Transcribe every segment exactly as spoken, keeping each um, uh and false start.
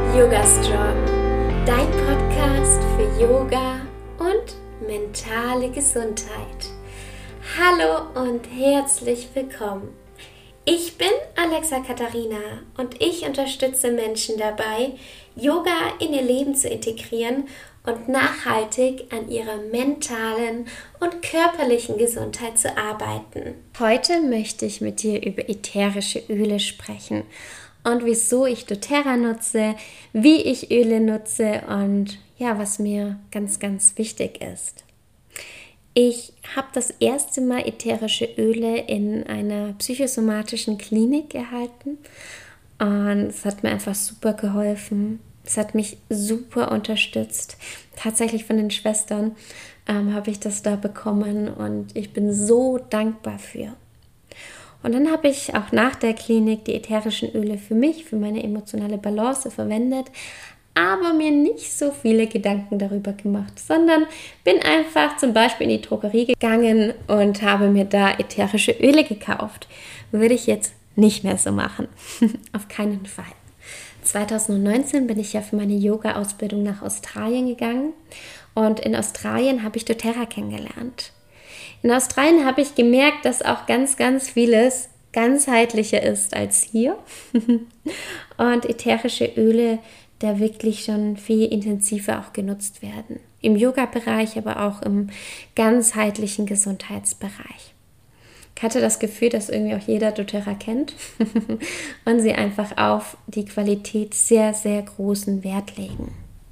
Yoga Strong, dein Podcast für Yoga und mentale Gesundheit. Hallo und herzlich willkommen. Ich bin Alexa Katharina und ich unterstütze Menschen dabei, Yoga in ihr Leben zu integrieren und nachhaltig an ihrer mentalen und körperlichen Gesundheit zu arbeiten. Heute möchte ich mit dir über ätherische Öle sprechen und wieso ich doTERRA nutze, wie ich Öle nutze und ja, was mir ganz, ganz wichtig ist. Ich habe das erste Mal ätherische Öle in einer psychosomatischen Klinik erhalten und es hat mir einfach super geholfen. Es hat mich super unterstützt. Tatsächlich von den Schwestern ähm, habe ich das da bekommen und ich bin so dankbar für. Und dann habe ich auch nach der Klinik die ätherischen Öle für mich, für meine emotionale Balance verwendet, aber mir nicht so viele Gedanken darüber gemacht, sondern bin einfach zum Beispiel in die Drogerie gegangen und habe mir da ätherische Öle gekauft. Würde ich jetzt nicht mehr so machen. Auf keinen Fall. zwanzig neunzehn bin ich ja für meine Yoga-Ausbildung nach Australien gegangen und in Australien habe ich doTERRA kennengelernt. In Australien habe ich gemerkt, dass auch ganz, ganz vieles ganzheitlicher ist als hier und ätherische Öle da wirklich schon viel intensiver auch genutzt werden. Im Yoga-Bereich, aber auch im ganzheitlichen Gesundheitsbereich. Ich hatte das Gefühl, dass irgendwie auch jeder doTERRA kennt und sie einfach auf die Qualität sehr, sehr großen Wert legen.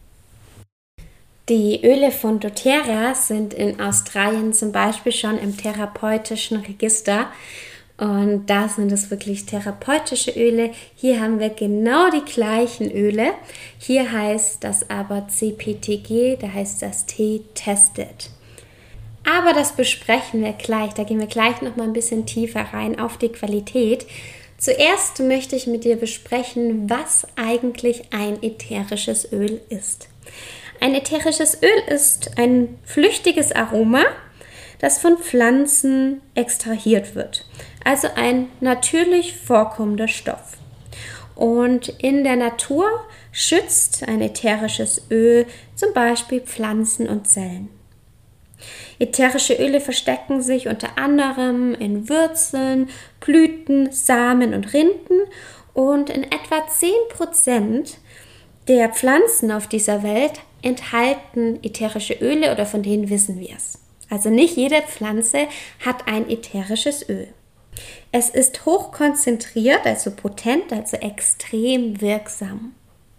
Die Öle von doTERRA sind in Australien zum Beispiel schon im therapeutischen Register und da sind es wirklich therapeutische Öle. Hier haben wir genau die gleichen Öle. Hier heißt das aber C P T G, da heißt das T Tested. Aber das besprechen wir gleich, da gehen wir gleich noch mal ein bisschen tiefer rein auf die Qualität. Zuerst möchte ich mit dir besprechen, was eigentlich ein ätherisches Öl ist. Ein ätherisches Öl ist ein flüchtiges Aroma, das von Pflanzen extrahiert wird. Also ein natürlich vorkommender Stoff. Und in der Natur schützt ein ätherisches Öl zum Beispiel Pflanzen und Zellen. Ätherische Öle verstecken sich unter anderem in Wurzeln, Blüten, Samen und Rinden und in etwa zehn Prozent der Pflanzen auf dieser Welt enthalten ätherische Öle oder von denen wissen wir es. Also nicht jede Pflanze hat ein ätherisches Öl. Es ist hochkonzentriert, also potent, also extrem wirksam.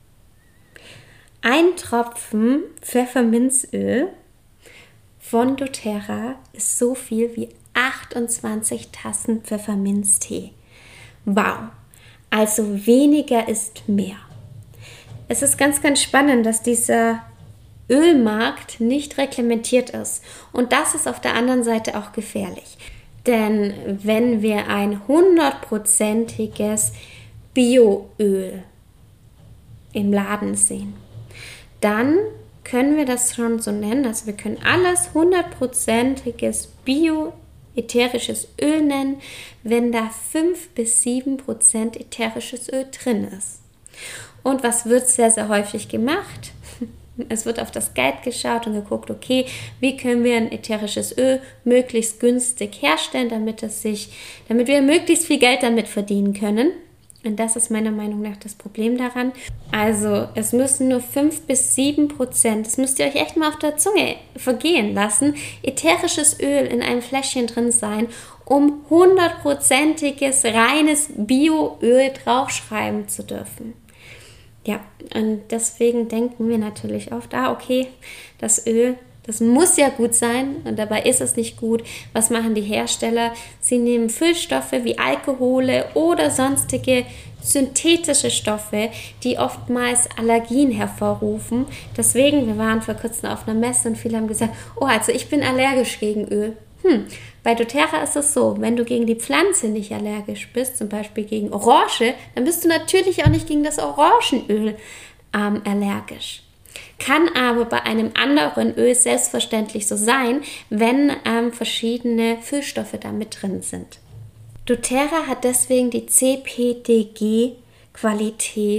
Ein Tropfen Pfefferminzöl von doTERRA ist so viel wie achtundzwanzig Tassen Pfefferminztee. Wow, also weniger ist mehr. Es ist ganz, ganz spannend, dass dieser Ölmarkt nicht reglementiert ist. Und das ist auf der anderen Seite auch gefährlich. Denn wenn wir ein hundertprozentiges Bioöl im Laden sehen, dann können wir das schon so nennen. Also wir können alles hundertprozentiges Bio-ätherisches Öl nennen, wenn da fünf bis sieben Prozent ätherisches Öl drin ist. Und was wird sehr, sehr häufig gemacht? Es wird auf das Geld geschaut und geguckt, okay, wie können wir ein ätherisches Öl möglichst günstig herstellen, damit es sich, damit wir möglichst viel Geld damit verdienen können. Und das ist meiner Meinung nach das Problem daran. Also es müssen nur fünf bis sieben Prozent, das müsst ihr euch echt mal auf der Zunge vergehen lassen, ätherisches Öl in einem Fläschchen drin sein, um hundertprozentiges reines Bioöl draufschreiben zu dürfen. Ja, und deswegen denken wir natürlich oft, ah, okay, das Öl, das muss ja gut sein und dabei ist es nicht gut. Was machen die Hersteller? Sie nehmen Füllstoffe wie Alkohole oder sonstige synthetische Stoffe, die oftmals Allergien hervorrufen. Deswegen, wir waren vor kurzem auf einer Messe und viele haben gesagt, oh, also ich bin allergisch gegen Öl. Hm, bei doTERRA ist es so, wenn du gegen die Pflanze nicht allergisch bist, zum Beispiel gegen Orange, dann bist du natürlich auch nicht gegen das Orangenöl ähm, allergisch. Kann aber bei einem anderen Öl selbstverständlich so sein, wenn ähm, verschiedene Füllstoffe da mit drin sind. doTERRA hat deswegen die C P T G-Qualität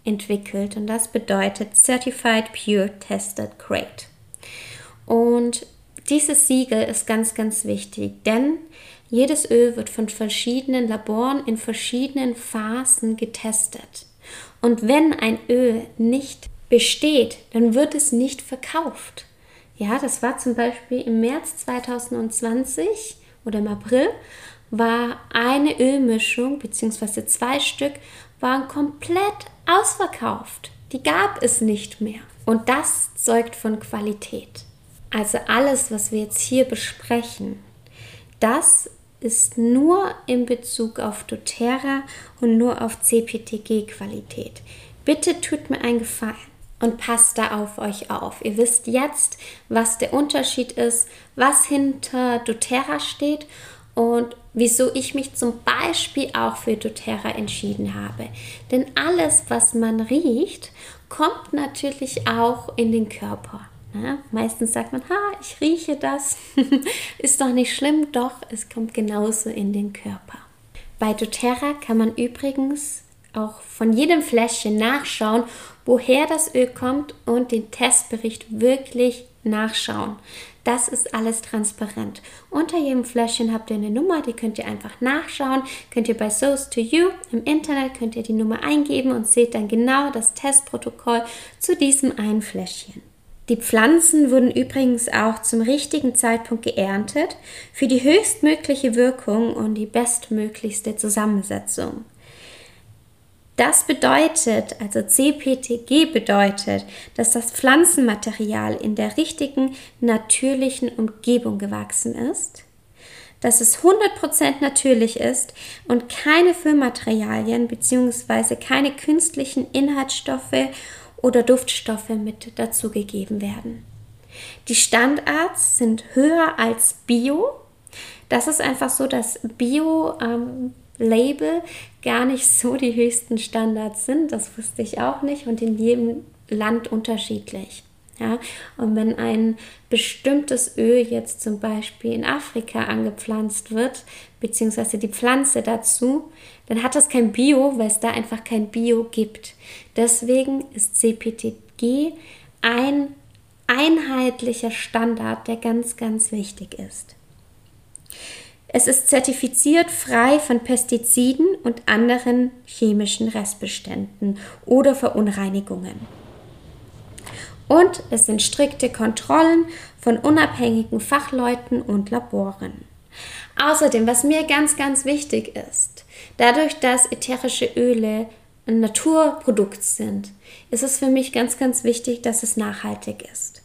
entwickelt und das bedeutet Certified Pure Tested Great. Und dieses Siegel ist ganz, ganz wichtig, denn jedes Öl wird von verschiedenen Laboren in verschiedenen Phasen getestet. Und wenn ein Öl nicht besteht, dann wird es nicht verkauft. Ja, das war zum Beispiel im März zweitausendzwanzig oder im April, war eine Ölmischung bzw. zwei Stück waren komplett ausverkauft. Die gab es nicht mehr. Und das zeugt von Qualität. Also alles, was wir jetzt hier besprechen, das ist nur in Bezug auf doTERRA und nur auf C P T G-Qualität. Bitte tut mir einen Gefallen und passt da auf euch auf. Ihr wisst jetzt, was der Unterschied ist, was hinter doTERRA steht und wieso ich mich zum Beispiel auch für doTERRA entschieden habe. Denn alles, was man riecht, kommt natürlich auch in den Körper. Ja, meistens sagt man, ha, ich rieche das, ist doch nicht schlimm, doch, es kommt genauso in den Körper. Bei doTERRA kann man übrigens auch von jedem Fläschchen nachschauen, woher das Öl kommt und den Testbericht wirklich nachschauen. Das ist alles transparent. Unter jedem Fläschchen habt ihr eine Nummer, die könnt ihr einfach nachschauen. Könnt ihr bei Source to You im Internet, könnt ihr die Nummer eingeben und seht dann genau das Testprotokoll zu diesem einen Fläschchen. Die Pflanzen wurden übrigens auch zum richtigen Zeitpunkt geerntet für die höchstmögliche Wirkung und die bestmöglichste Zusammensetzung. Das bedeutet, also C P T G bedeutet, dass das Pflanzenmaterial in der richtigen, natürlichen Umgebung gewachsen ist, dass es hundert Prozent natürlich ist und keine Füllmaterialien bzw. keine künstlichen Inhaltsstoffe oder Duftstoffe mit dazugegeben werden. Die Standards sind höher als Bio. Das ist einfach so, dass Bio ähm, Label gar nicht so die höchsten Standards sind. Das wusste ich auch nicht und in jedem Land unterschiedlich. Ja? Und wenn ein bestimmtes Öl jetzt zum Beispiel in Afrika angepflanzt wird, beziehungsweise die Pflanze dazu, dann hat das kein Bio, weil es da einfach kein Bio gibt. Deswegen ist C P T G ein einheitlicher Standard, der ganz, ganz wichtig ist. Es ist zertifiziert frei von Pestiziden und anderen chemischen Restbeständen oder Verunreinigungen. Und es sind strikte Kontrollen von unabhängigen Fachleuten und Laboren. Außerdem, was mir ganz, ganz wichtig ist, dadurch, dass ätherische Öle ein Naturprodukt sind, ist es für mich ganz, ganz wichtig, dass es nachhaltig ist.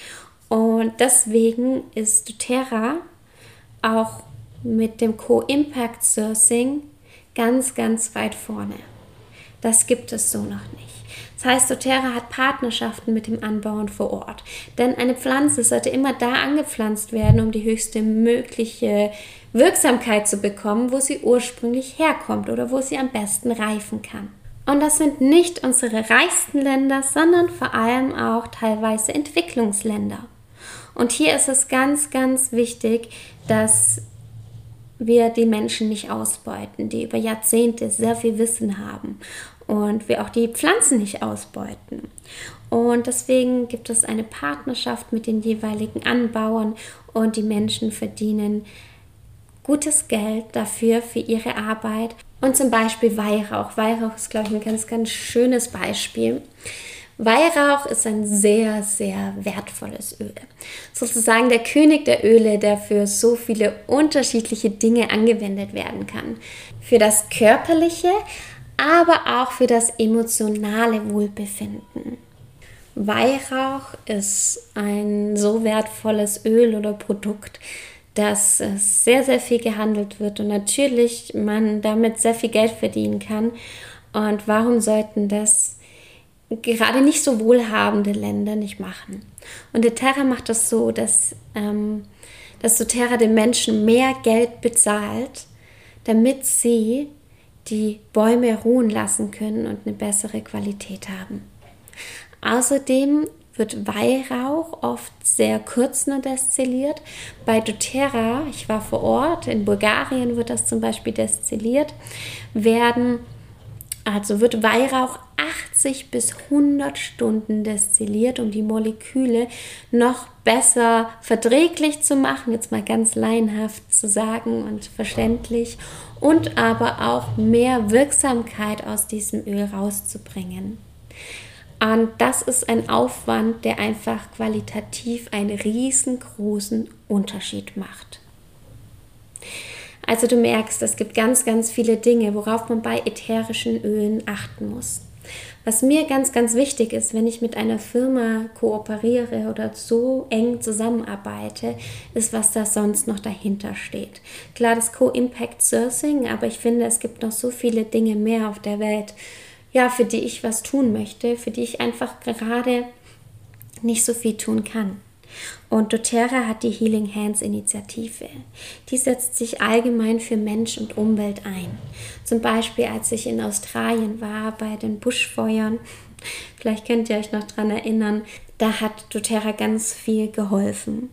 Und deswegen ist doTERRA auch mit dem Co-Impact Sourcing ganz, ganz weit vorne. Das gibt es so noch nicht. Das heißt, doTERRA hat Partnerschaften mit dem Anbauern vor Ort. Denn eine Pflanze sollte immer da angepflanzt werden, um die höchste mögliche Wirksamkeit zu bekommen, wo sie ursprünglich herkommt oder wo sie am besten reifen kann. Und das sind nicht unsere reichsten Länder, sondern vor allem auch teilweise Entwicklungsländer. Und hier ist es ganz, ganz wichtig, dass wir die Menschen nicht ausbeuten, die über Jahrzehnte sehr viel Wissen haben und wir auch die Pflanzen nicht ausbeuten. Und deswegen gibt es eine Partnerschaft mit den jeweiligen Anbauern und die Menschen verdienen gutes Geld dafür, für ihre Arbeit. Und zum Beispiel Weihrauch. Weihrauch ist, glaube ich, ein ganz, ganz schönes Beispiel. Weihrauch ist ein sehr, sehr wertvolles Öl. Sozusagen der König der Öle, der für so viele unterschiedliche Dinge angewendet werden kann. Für das körperliche, aber auch für das emotionale Wohlbefinden. Weihrauch ist ein so wertvolles Öl oder Produkt, dass es sehr, sehr viel gehandelt wird und natürlich man damit sehr viel Geld verdienen kann. Und warum sollten das gerade nicht so wohlhabende Länder nicht machen? Und doTERRA macht das so, dass, ähm, dass doTERRA den Menschen mehr Geld bezahlt, damit sie die Bäume ruhen lassen können und eine bessere Qualität haben. Außerdem wird Weihrauch oft sehr kurz nur destilliert. Bei doTERRA, ich war vor Ort, in Bulgarien wird das zum Beispiel destilliert, werden, also wird Weihrauch acht achtzig bis hundert Stunden destilliert, um die Moleküle noch besser verträglich zu machen, jetzt mal ganz laienhaft zu sagen und verständlich, und aber auch mehr Wirksamkeit aus diesem Öl rauszubringen. Und das ist ein Aufwand, der einfach qualitativ einen riesengroßen Unterschied macht. Also du merkst, es gibt ganz, ganz viele Dinge, worauf man bei ätherischen Ölen achten muss. Was mir ganz, ganz wichtig ist, wenn ich mit einer Firma kooperiere oder so eng zusammenarbeite, ist, was da sonst noch dahinter steht. Klar, das Co-Impact Sourcing, aber ich finde, es gibt noch so viele Dinge mehr auf der Welt, ja, für die ich was tun möchte, für die ich einfach gerade nicht so viel tun kann. Und doTERRA hat die Healing Hands Initiative. Die setzt sich allgemein für Mensch und Umwelt ein. Zum Beispiel, als ich in Australien war bei den Buschfeuern, vielleicht könnt ihr euch noch daran erinnern, da hat doTERRA ganz viel geholfen.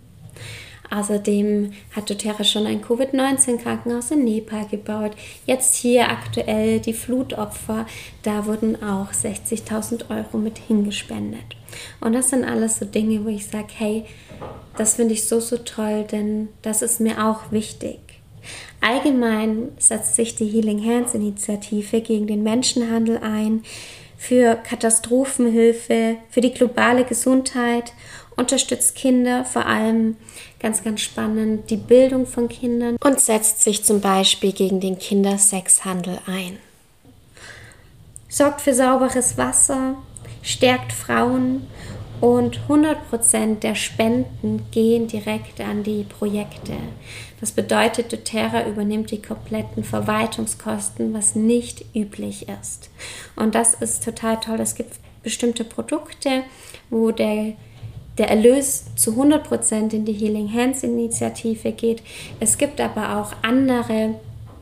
Außerdem hat doTERRA schon ein Covid neunzehn Krankenhaus in Nepal gebaut. Jetzt hier aktuell die Flutopfer, da wurden auch sechzigtausend Euro mit hingespendet. Und das sind alles so Dinge, wo ich sage, hey, das finde ich so, so toll, denn das ist mir auch wichtig. Allgemein setzt sich die Healing Hands Initiative gegen den Menschenhandel ein, für Katastrophenhilfe, für die globale Gesundheit, unterstützt Kinder, vor allem ganz, ganz spannend, die Bildung von Kindern und setzt sich zum Beispiel gegen den Kindersexhandel ein. Sorgt für sauberes Wasser, stärkt Frauen und hundert Prozent der Spenden gehen direkt an die Projekte. Das bedeutet, doTERRA übernimmt die kompletten Verwaltungskosten, was nicht üblich ist. Und das ist total toll. Es gibt bestimmte Produkte, wo der Der Erlös zu hundert Prozent in die Healing Hands Initiative geht. Es gibt aber auch andere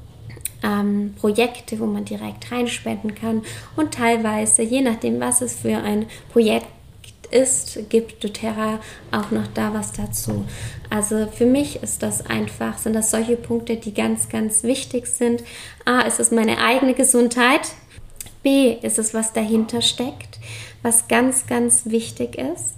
ähm, Projekte, wo man direkt reinspenden kann. Und teilweise, je nachdem, was es für ein Projekt ist, gibt doTERRA auch noch da was dazu. Also für mich ist das einfach, sind das solche Punkte, die ganz, ganz wichtig sind. A, ist es meine eigene Gesundheit. B, ist es, was dahinter steckt, was ganz, ganz wichtig ist.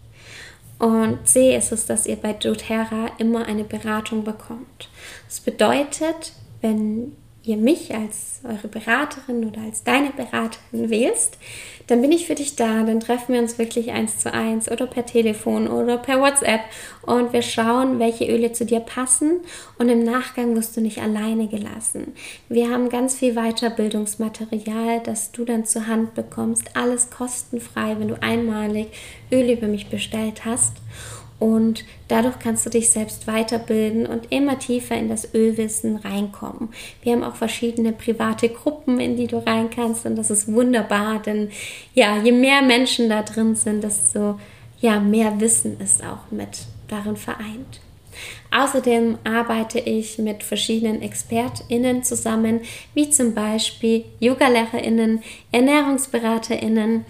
Und C ist es, dass ihr bei doTERRA immer eine Beratung bekommt. Das bedeutet, wenn ihr mich als eure Beraterin oder als deine Beraterin wählst, dann bin ich für dich da, dann treffen wir uns wirklich eins zu eins oder per Telefon oder per WhatsApp und wir schauen, welche Öle zu dir passen, und im Nachgang wirst du nicht alleine gelassen. Wir haben ganz viel Weiterbildungsmaterial, das du dann zur Hand bekommst, alles kostenfrei, wenn du einmalig Öle über mich bestellt hast. Und dadurch kannst du dich selbst weiterbilden und immer tiefer in das Ölwissen reinkommen. Wir haben auch verschiedene private Gruppen, in die du rein kannst, und das ist wunderbar, denn ja, je mehr Menschen da drin sind, desto ja, mehr Wissen ist auch mit darin vereint. Außerdem arbeite ich mit verschiedenen ExpertInnen zusammen, wie zum Beispiel YogalehrerInnen, ErnährungsberaterInnen,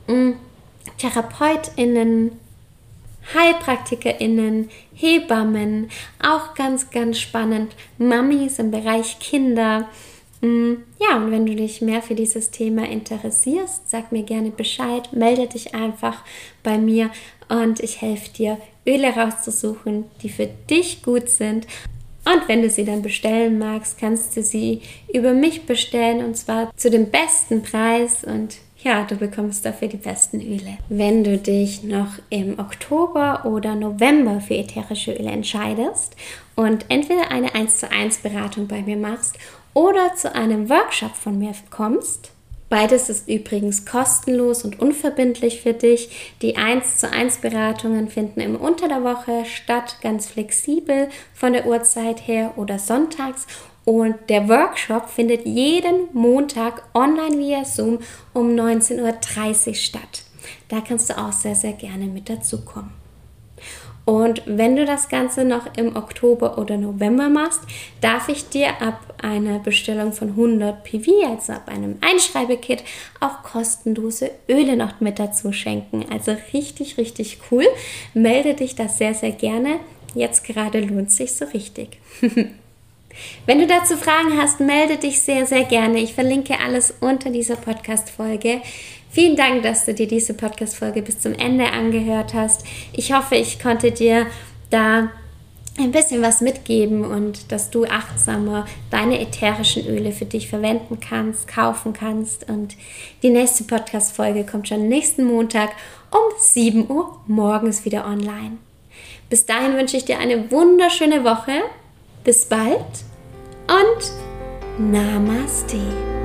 TherapeutInnen, HeilpraktikerInnen, Hebammen, auch ganz, ganz spannend, Mamis im Bereich Kinder. Ja, und wenn du dich mehr für dieses Thema interessierst, sag mir gerne Bescheid, melde dich einfach bei mir und ich helfe dir, Öle rauszusuchen, die für dich gut sind. Und wenn du sie dann bestellen magst, kannst du sie über mich bestellen, und zwar zu dem besten Preis, und ja, du bekommst dafür die besten Öle. Wenn du dich noch im Oktober oder November für ätherische Öle entscheidest und entweder eine eins zu eins Beratung bei mir machst oder zu einem Workshop von mir kommst, beides ist übrigens kostenlos und unverbindlich für dich. Die eins zu eins Beratungen finden immer unter der Woche statt, ganz flexibel von der Uhrzeit her oder sonntags. Und der Workshop findet jeden Montag online via Zoom um neunzehn Uhr dreißig statt. Da kannst du auch sehr, sehr gerne mit dazukommen. Und wenn du das Ganze noch im Oktober oder November machst, darf ich dir ab einer Bestellung von hundert P V, also ab einem Einschreibekit, auch kostenlose Öle noch mit dazu schenken. Also richtig, richtig cool. Melde dich da sehr, sehr gerne. Jetzt gerade lohnt es sich so richtig. Wenn du dazu Fragen hast, melde dich sehr, sehr gerne. Ich verlinke alles unter dieser Podcast-Folge. Vielen Dank, dass du dir diese Podcast-Folge bis zum Ende angehört hast. Ich hoffe, ich konnte dir da ein bisschen was mitgeben und dass du achtsamer deine ätherischen Öle für dich verwenden kannst, kaufen kannst. Und die nächste Podcast-Folge kommt schon nächsten Montag um sieben Uhr morgens wieder online. Bis dahin wünsche ich dir eine wunderschöne Woche. Bis bald und Namaste.